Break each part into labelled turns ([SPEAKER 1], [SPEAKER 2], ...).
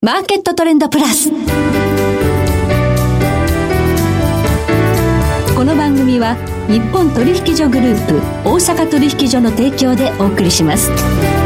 [SPEAKER 1] マーケットトレンドプラス。この番組は日本取引所グループ大阪取引所の提供でお送りします。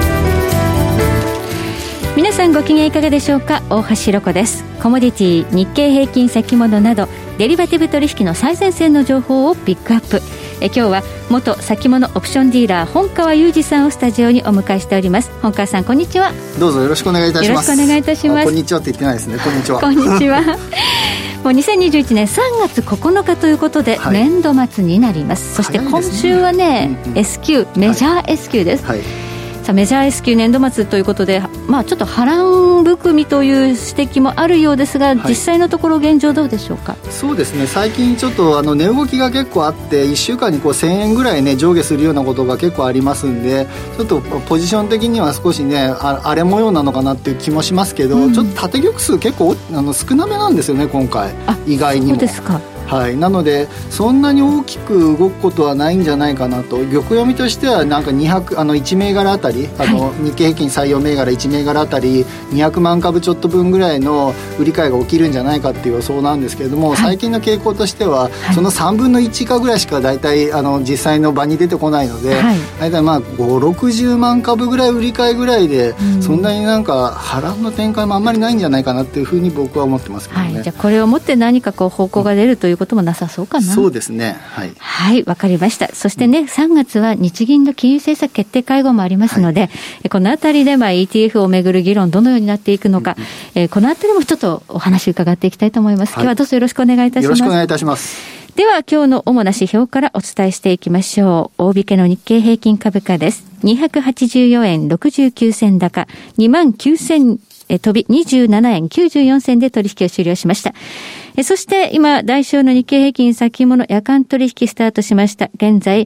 [SPEAKER 1] 皆さんご機嫌いかがでしょうか。大橋ロコです。コモディティ、日経平均先物などデリバティブ取引の最前線の情報をピックアップ。今日は元先物オプションディーラー本川雄二さんをスタジオにお迎えしております。本川さん、こんにちは。
[SPEAKER 2] どうぞよろしくお願いいたします。
[SPEAKER 1] よろしくお願いいたします。
[SPEAKER 2] こんにちはって言ってないですね。こんにちは。
[SPEAKER 1] こんにちは。もう2021年3月9日ということで、はい、年度末になります。そして今週はね、S q メジャー S q です、はいはい。さあメジャー S q 年度末ということで、ちょっと波乱含みという指摘もあるようですが、実際のところ現状どうでしょうか。
[SPEAKER 2] そうですね、最近ちょっと値動きが結構あって、1週間に1000円ぐらいね上下するようなことが結構ありますんで、ちょっとポジション的には少しね荒れ模様なのかなっていう気もしますけど、ちょっと縦玉数結構少なめなんですよね今回。意外にも。そうですか。はい、なのでそんなに大きく動くことはないんじゃないかなと。玉読みとしてはなんか1銘柄あたり日経平均採用銘柄1銘柄あたり200万株ちょっと分ぐらいの売り買いが起きるんじゃないかっていう予想なんですけれども、最近の傾向としてはその3分の1以下ぐらいしか大体実際の場に出てこないので、大体5、60万株ぐらい売り買いぐらいで、そんなになんか波乱の展開もあんまりないんじゃないかなっていうふうに僕は思ってますけどね。
[SPEAKER 1] じゃあこれをもって何か方向が出るということもなさそうかな。
[SPEAKER 2] そうですね。はい、
[SPEAKER 1] わかりました。そしてね、3月は日銀の金融政策決定会合もありますので、このあたりでETF をめぐる議論どのようになっていくのか、このあたりもちょっとお話伺っていきたいと思います。今日はどうぞよろしくお願いいたします。
[SPEAKER 2] よろしくお願いいたします。
[SPEAKER 1] では今日の主な指標からお伝えしていきましょう。大引けの日経平均株価です。284円69銭高、29,000飛び27円94銭で取引を終了しました。そして今代償の日経平均先物夜間取引スタートしました。現在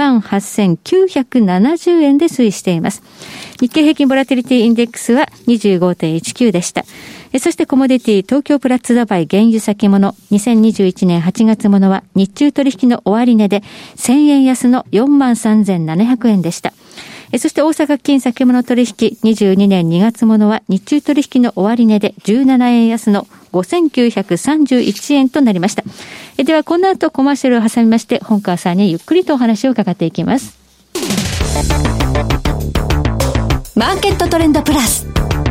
[SPEAKER 1] 28,970 円で推移しています。日経平均ボラティリティインデックスは 25.19 でした。そしてコモディティ東京プラッツドバイ原油先物2021年8月ものは日中取引の終値で1000円安の 43,700 円でした。そして大阪金先物取引22年2月ものは日中取引の終値で17円安の5,931 円となりました。ではこの後コマーシャルを挟みまして本川さんにゆっくりとお話を伺っていきます。マーケットトレンドプラス。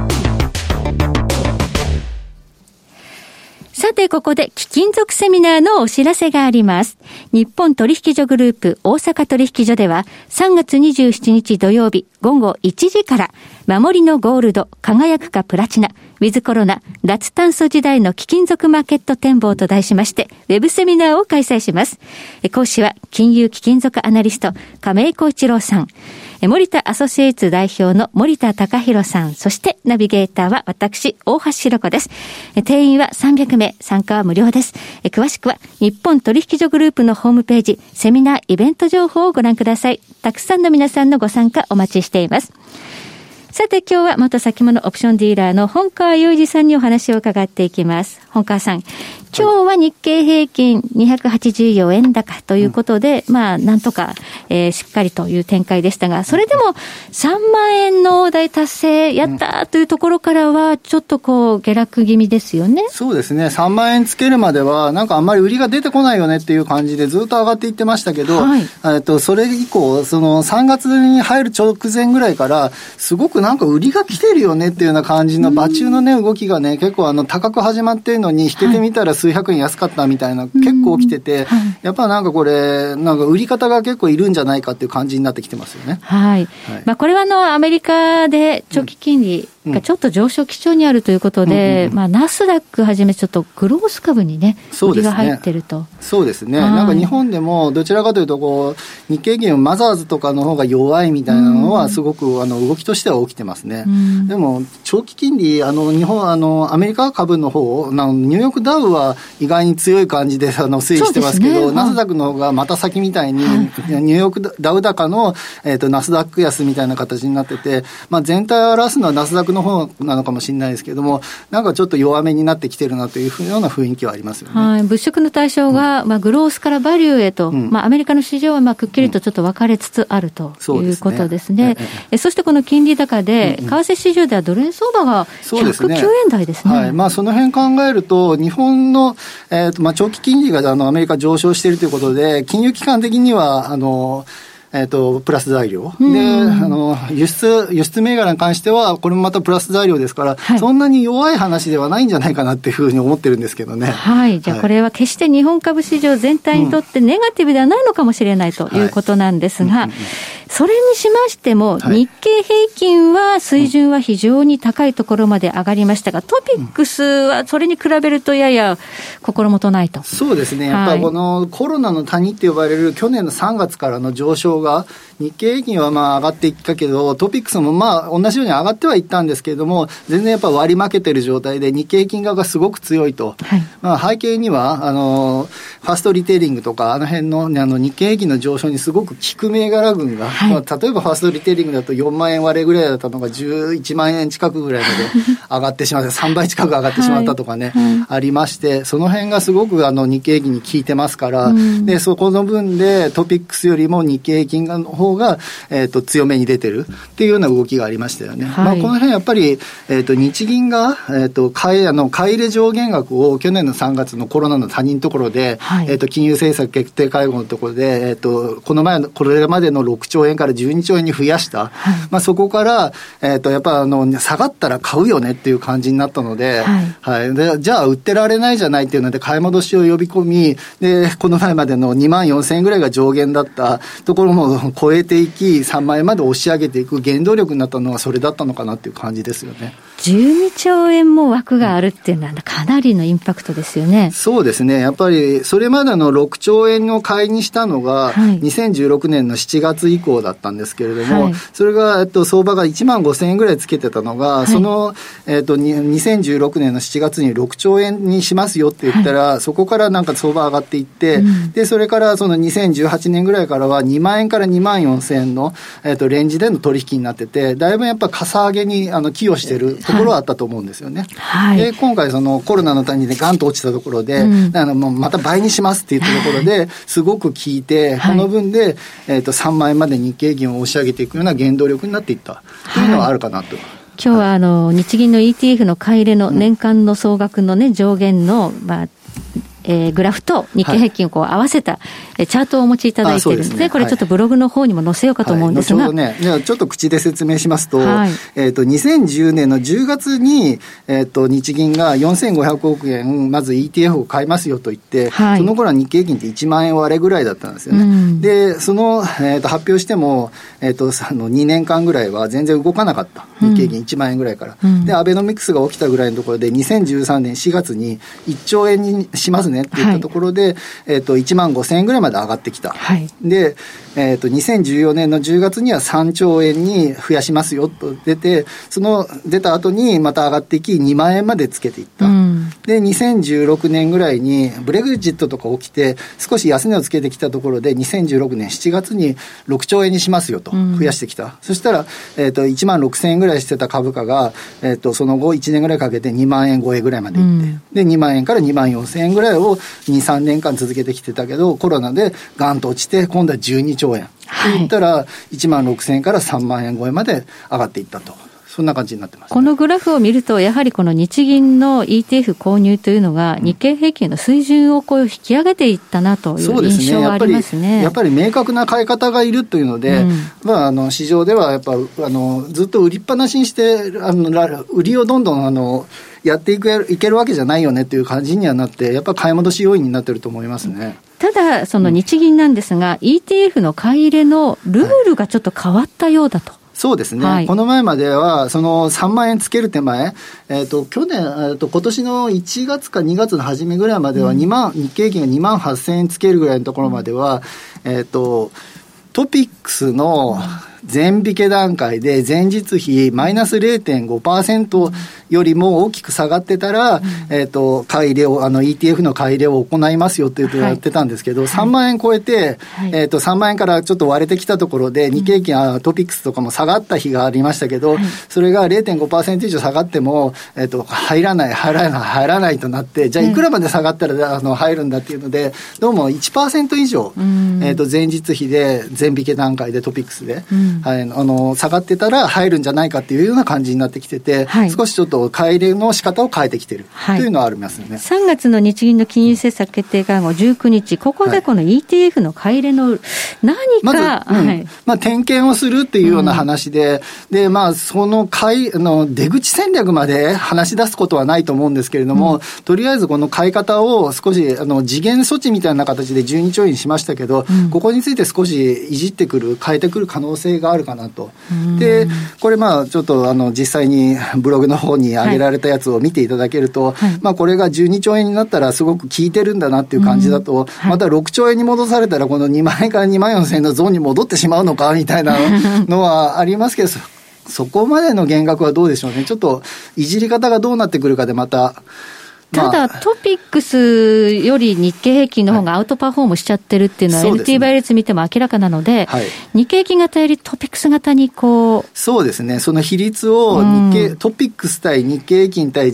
[SPEAKER 1] さてここで貴金属セミナーのお知らせがあります。日本取引所グループ大阪取引所では3月27日土曜日午後1時から守りのゴールド輝くかプラチナウィズコロナ脱炭素時代の貴金属マーケット展望と題しましてウェブセミナーを開催します。講師は金融貴金属アナリスト亀井浩一郎さん、森田アソシエイツ代表の森田隆弘さん、そしてナビゲーターは私大橋ロコです。定員は300名、参加は無料です。詳しくは日本取引所グループのホームページセミナーイベント情報をご覧ください。たくさんの皆さんのご参加お待ちしています。さて今日は元先物オプションディーラーの本川雄二さんにお話を伺っていきます。本川さん、今日は日経平均284円高ということで、なんとか、しっかりという展開でしたが、それでも3万円の大台達成やったというところからはちょっと下落気味ですよね。
[SPEAKER 2] そうですね、3万円つけるまではなんかあんまり売りが出てこないよねっていう感じでずっと上がっていってましたけど、それ以降その3月に入る直前ぐらいからすごくなんか売りが来てるよねっていうような感じの場中のね動きがね結構高く始まってるのに引けてみたら数百円安かったみたいな結構起きてて、やっぱなんかこれなんか売り方が結構いるんじゃないかっていう感じになってきてますよね。
[SPEAKER 1] これはアメリカで長期金利がちょっと上昇基調にあるということで、ナスダックはじめちょっとグロース株にね売りが入ってると。
[SPEAKER 2] そうですね、なんか日本でもどちらかというと日経平均マザーズとかの方が弱いみたいなのはすごく動きとしては起きてますね。でも長期金利日本アメリカ株の方ニューヨークダウはは意外に強い感じで推移してますけど、ナスダックの方がまた先みたいに、ニューヨークダウ高の、ナスダック安みたいな形になってて、全体を表すのはナスダックの方なのかもしれないですけども、なんかちょっと弱めになってきてるなというような雰囲気はありますよね。
[SPEAKER 1] 物色の対象が、グロースからバリューへと、アメリカの市場はくっきりとちょっと分かれつつあるということですね。そしてこの金利高で、為替市場ではドル円相場が109円台ですね。
[SPEAKER 2] その辺考えると、日本の、長期金利がアメリカ上昇しているということで、金融機関的にはプラス材料、で輸出銘柄に関してはこれもまたプラス材料ですから、そんなに弱い話ではないんじゃないかなっていうふうに思ってるんですけどね。
[SPEAKER 1] じゃあこれは決して日本株市場全体にとってネガティブではないのかもしれないということなんですが、それにしましても、日経平均は水準は非常に高いところまで上がりましたが、トピックスはそれに比べるとやや心もとないと。
[SPEAKER 2] そうですね。やっぱこのコロナの谷って呼ばれる去年の3月からの上昇が、日経平均は上がっていったけど、トピックスも同じように上がってはいったんですけれども、全然やっぱ割り負けてる状態で、日経平均側がすごく強いと。背景にはファーストリテイリングとかあの辺の、日経平均の上昇にすごく効く銘柄群が、例えばファーストリテイリングだと4万円割れぐらいだったのが11万円近くぐらいまで上がってしまって3倍近く上がってしまったとかね、ありまして、その辺がすごく日経平均に効いてますから、でそこの分でトピックスよりも日経平均の方が、強めに出てるっていうような動きがありましたよね。この辺やっぱり、日銀が、買い入れ上限額を去年の3月のコロナの谷のところで、金融政策決定会合のところで、これまでの6兆円から12兆円に増やした、そこから、やっぱ下がったら買うよねっていう感じになったので、でじゃあ売ってられないじゃないっていうので買い戻しを呼び込み、でこの前までの2万4000円ぐらいが上限だったところも超えていき、3万円まで押し上げていく原動力になったのはそれだったのかなっていう感じですよね。
[SPEAKER 1] 12兆円も枠があるっていうのはかなりのインパクトですよね。
[SPEAKER 2] そうですね。やっぱりそれまでの6兆円を買いにしたのが2016年の7月以降だったんですけれども、それが相場が1万5000円ぐらいつけてたのが、その2016年の7月に6兆円にしますよって言ったら、そこからなんか相場上がっていって、でそれからその2018年ぐらいからは2万円から2万4000円のレンジでの取引になってて、だいぶやっぱかさ上げに寄与してるところはあったと思うんですよね。で今回そのコロナの谷でガンと落ちたところで、もうまた倍にしますって言ったところですごく効いて、この分で、3万円まで日経平均を押し上げていくような原動力になっていったというのはあるかなと。
[SPEAKER 1] 今日は日銀の ETF の買い入れの年間の総額の上限のグラフと日経平均を合わせたチャートをお持ちいただいているので、これちょっとブログの方にも載せようかと思うんですが、
[SPEAKER 2] 後ほどね、じゃあちょっと口で説明しますと、2010年の10月に、日銀が4500億円まず ETF を買いますよと言って、その頃は日経平均って1万円割れぐらいだったんですよね。でその、発表しても、2年間ぐらいは全然動かなかった、日経平均1万円ぐらいから、でアベノミクスが起きたぐらいのところで2013年4月に1兆円にしますねって言ったところで、1万5000円ぐらいまで上がってきた。で、2014年の10月には3兆円に増やしますよと出て、その出た後にまた上がってき2万円までつけていった。で、2016年ぐらいにブレグジットとか起きて少し安値をつけてきたところで、2016年7月に6兆円にしますよと増やしてきた。そしたら、1万6000円ぐらいしてた株価が、その後1年ぐらいかけて2万円超えぐらいまでいって、で2万円から2万4000円ぐらいを 2,3 年間続けてきてたけど、コロナでガンと落ちて今度は12兆円って言ったら、1万6000円から3万円超えまで上がっていったと。そんな感じになってます、ね。
[SPEAKER 1] このグラフを見ると、やはりこの日銀の ETF 購入というのが日経平均の水準を引き上げていったなという印象がありますね。
[SPEAKER 2] やっぱり明確な買い方がいるというので、市場ではやっぱずっと売りっぱなしにして売りをどんどんやっていけるわけじゃないよねという感じにはなって、やっぱり買い戻し要因になっていると思いますね。
[SPEAKER 1] ただその日銀なんですが、ETF の買い入れのルールがちょっと変わったようだと。
[SPEAKER 2] そうですね、この前まではその3万円つける手前、去年今年の1月か2月の初めぐらいまでは日経平均が2万8000円つけるぐらいのところまでは、トピックスの全引け段階で前日比マイナス 0.5% よりも大きく下がってたら、買い入れをETF の買い入れを行いますよというとやってたんですけど、3万円超えて、3万円からちょっと割れてきたところで日経平均、トピックスとかも下がった日がありましたけど、それが 0.5% 以上下がっても、入らないとなって、じゃあいくらまで下がったら入るんだっていうので、どうも 1% 以上、前日比で全引け段階でトピックスで、下がってたら入るんじゃないかっていうような感じになってきてて、少しちょっと買い入れの仕方を変えてきてるというのはありますよね。
[SPEAKER 1] 3月の日銀の金融政策決定会合19日、ここでこの ETF の買い入れの何か、
[SPEAKER 2] 点検をするっていうような話で、その出口戦略まで話し出すことはないと思うんですけれども、とりあえずこの買い方を少し時限措置みたいな形で12兆円にしましたけど、ここについて少しいじってくる、変えてくる可能性があるかなと。で、これちょっと実際にブログの方に上げられたやつを見ていただけると、これが12兆円になったらすごく効いてるんだなっていう感じだと、また6兆円に戻されたらこの2万円から2万4千円のゾーンに戻ってしまうのかみたいなのはありますけど、そこまでの減額はどうでしょうね。ちょっといじり方がどうなってくるかでまた。
[SPEAKER 1] ただ、トピックスより日経平均の方がアウトパフォームしちゃってるっていうのは、NT 倍率見ても明らかなので、日経平均型よりトピックス型に
[SPEAKER 2] そうですね、その比率をトピックス対日経平均対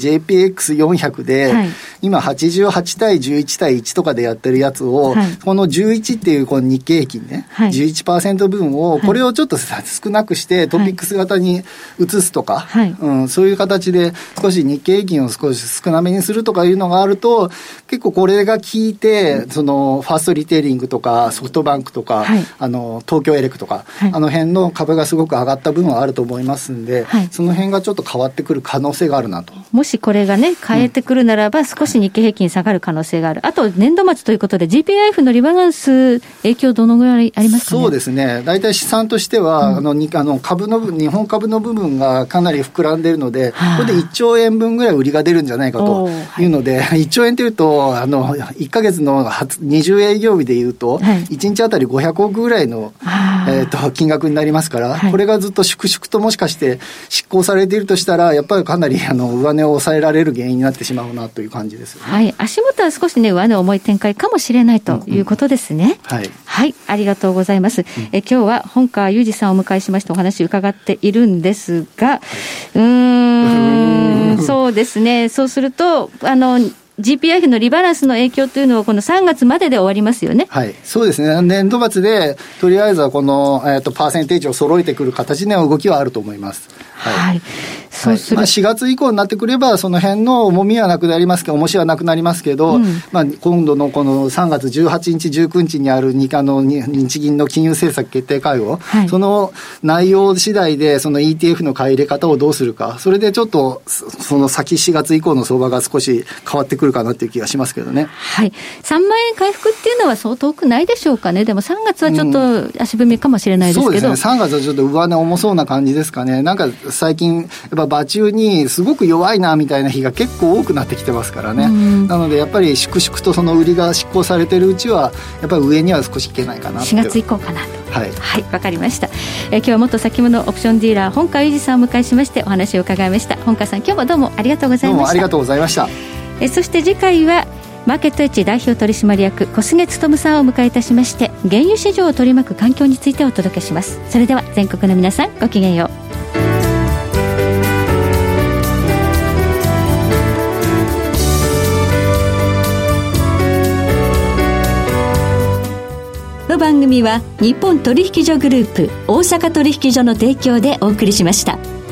[SPEAKER 2] JPX400 で、今88対11対1とかでやってるやつを、この11っていうこの日経平均ね、11% 分を、これをちょっと少なくしてトピックス型に移すとか、そういう形で少し日経平均を少し少なめにするとかいうのがあると、結構これが効いて、そのファーストリテイリングとかソフトバンクとか、東京エレクとか、あの辺の株がすごく上がった分はあると思いますんで、その辺がちょっと変わってくる可能性があるなと。
[SPEAKER 1] もしこれがね変えてくるならば、少し日経平均下がる可能性がある。あと年度末ということで GPIF のリバランス影響どのぐらいありますかね。
[SPEAKER 2] そうですね、大体試算としては、日本株の部分がかなり膨らんでいるので、これで1兆円分ぐらい売りが出るんじゃないかというので、1兆円というと1ヶ月の20営業日でいうと、1日あたり500億ぐらいの、金額になりますから、これがずっと粛々ともしかして執行されているとしたら、やっぱりかなり上値を抑えられる原因になってしまうなという感じですよね。
[SPEAKER 1] 足元は少しね上値重い展開かもしれないということですね。ありがとうございます。今日は本川雄二さんをお迎えしましてお話伺っているんですが、そうですね、そうするとGPIF のリバランスの影響というのはこの3月までで終わりますよね。
[SPEAKER 2] そうですね、年度末でとりあえずはこの、パーセンテージを揃えてくる形の動きはあると思います。そうする4月以降になってくればその辺の重みはなくなりますけど、重しはなくなりますけど、今度のこの3月18日19日にある日銀の金融政策決定会合、その内容次第でその ETF の買い入れ方をどうするか、それでちょっとその先4月以降の相場が少し変わってくるかなという気がしますけどね。
[SPEAKER 1] 3万円回復っていうのはそう遠くないでしょうかね。でも3月はちょっと足踏みかもしれないですけど、
[SPEAKER 2] そうですね、3月はちょっと上値重そうな感じですかね。なんか最近やっぱ場中にすごく弱いなみたいな日が結構多くなってきてますからね。なのでやっぱり粛々とその売りが執行されているうちはやっぱり上には少しいけないかなと。
[SPEAKER 1] 4月以降かなと。わかりました。今日は元先物オプションディーラー本川雄二さんをお迎えしましてお話を伺いました。本川さん、今日もどうもありがとうございました。
[SPEAKER 2] どうもありがとうございました。
[SPEAKER 1] そして次回はマーケットエッジ代表取締役小菅勉さんをお迎えいたしまして、原油市場を取り巻く環境についてお届けします。それでは全国の皆さん、ごきげんよう。この番組は日本取引所グループ大阪取引所の提供でお送りしました。